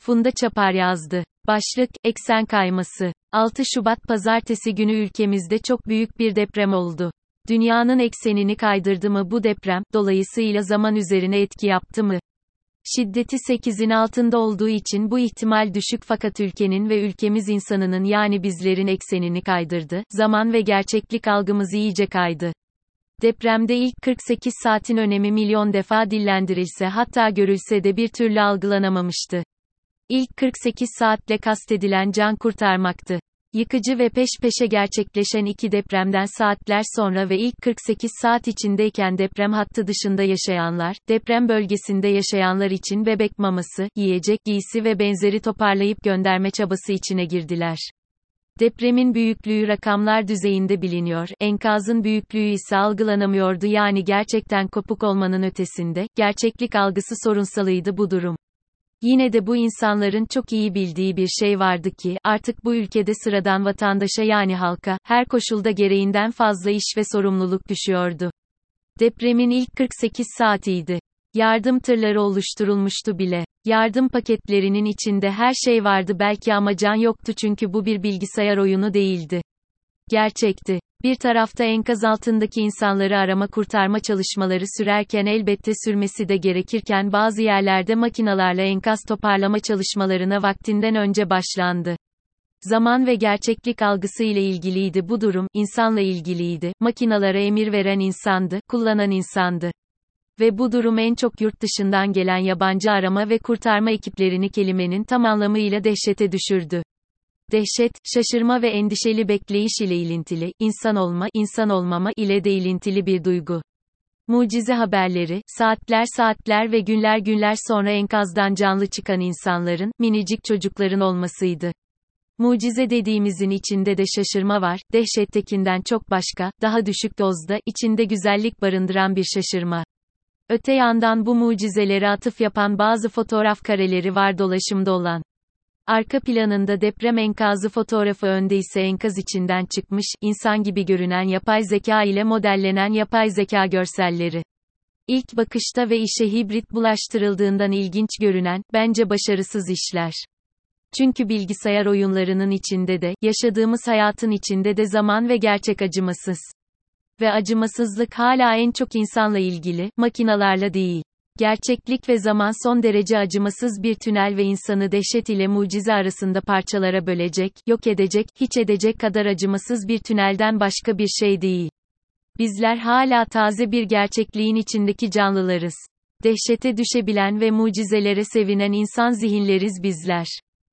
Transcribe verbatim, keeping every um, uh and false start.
Funda Çapar yazdı. Başlık, eksen kayması. altı Şubat Pazartesi günü ülkemizde çok büyük bir deprem oldu. Dünyanın eksenini kaydırdı mı bu deprem, dolayısıyla zaman üzerine etki yaptı mı? Şiddeti sekizin altında olduğu için bu ihtimal düşük fakat ülkenin ve ülkemiz insanının yani bizlerin eksenini kaydırdı, zaman ve gerçeklik algımız iyice kaydı. Depremde ilk kırk sekiz saatin önemi milyon defa dillendirilse hatta görülse de bir türlü algılanamamıştı. İlk kırk sekiz saatle kastedilen can kurtarmaktı. Yıkıcı ve peş peşe gerçekleşen iki depremden saatler sonra ve ilk kırk sekiz saat içindeyken deprem hattı dışında yaşayanlar, deprem bölgesinde yaşayanlar için bebek maması, yiyecek, giysi ve benzeri toparlayıp gönderme çabası içine girdiler. Depremin büyüklüğü rakamlar düzeyinde biliniyor, enkazın büyüklüğü ise algılanamıyordu yani gerçekten kopuk olmanın ötesinde, gerçeklik algısı sorunsalıydı bu durum. Yine de bu insanların çok iyi bildiği bir şey vardı ki, artık bu ülkede sıradan vatandaşa yani halka, her koşulda gereğinden fazla iş ve sorumluluk düşüyordu. Depremin ilk kırk sekiz saatiydi. Yardım tırları oluşturulmuştu bile. Yardım paketlerinin içinde her şey vardı belki ama can yoktu çünkü bu bir bilgisayar oyunu değildi. Gerçekti. Bir tarafta enkaz altındaki insanları arama kurtarma çalışmaları sürerken elbette sürmesi de gerekirken bazı yerlerde makinalarla enkaz toparlama çalışmalarına vaktinden önce başlandı. Zaman ve gerçeklik algısı ile ilgiliydi bu durum, insanla ilgiliydi, makinalara emir veren insandı, kullanan insandı. Ve bu durum en çok yurt dışından gelen yabancı arama ve kurtarma ekiplerini kelimenin tam anlamıyla dehşete düşürdü. Dehşet, şaşırma ve endişeli bekleyiş ile ilintili, insan olma, insan olmama ile de ilintili bir duygu. Mucize haberleri, saatler saatler ve günler günler sonra enkazdan canlı çıkan insanların, minicik çocukların olmasıydı. Mucize dediğimizin içinde de şaşırma var, dehşettekinden çok başka, daha düşük dozda, içinde güzellik barındıran bir şaşırma. Öte yandan bu mucizelere atıf yapan bazı fotoğraf kareleri var dolaşımda olan. Arka planında deprem enkazı fotoğrafı önde ise enkaz içinden çıkmış, insan gibi görünen yapay zeka ile modellenen yapay zeka görselleri. İlk bakışta ve işe hibrit bulaştırıldığından ilginç görünen, bence başarısız işler. Çünkü bilgisayar oyunlarının içinde de, yaşadığımız hayatın içinde de zaman ve gerçek acımasız. Ve acımasızlık hala en çok insanla ilgili, makinalarla değil. Gerçeklik ve zaman son derece acımasız bir tünel ve insanı dehşet ile mucize arasında parçalara bölecek, yok edecek, hiç edecek kadar acımasız bir tünelden başka bir şey değil. Bizler hala taze bir gerçekliğin içindeki canlılarız. Dehşete düşebilen ve mucizelere sevinen insan zihinleriz bizler.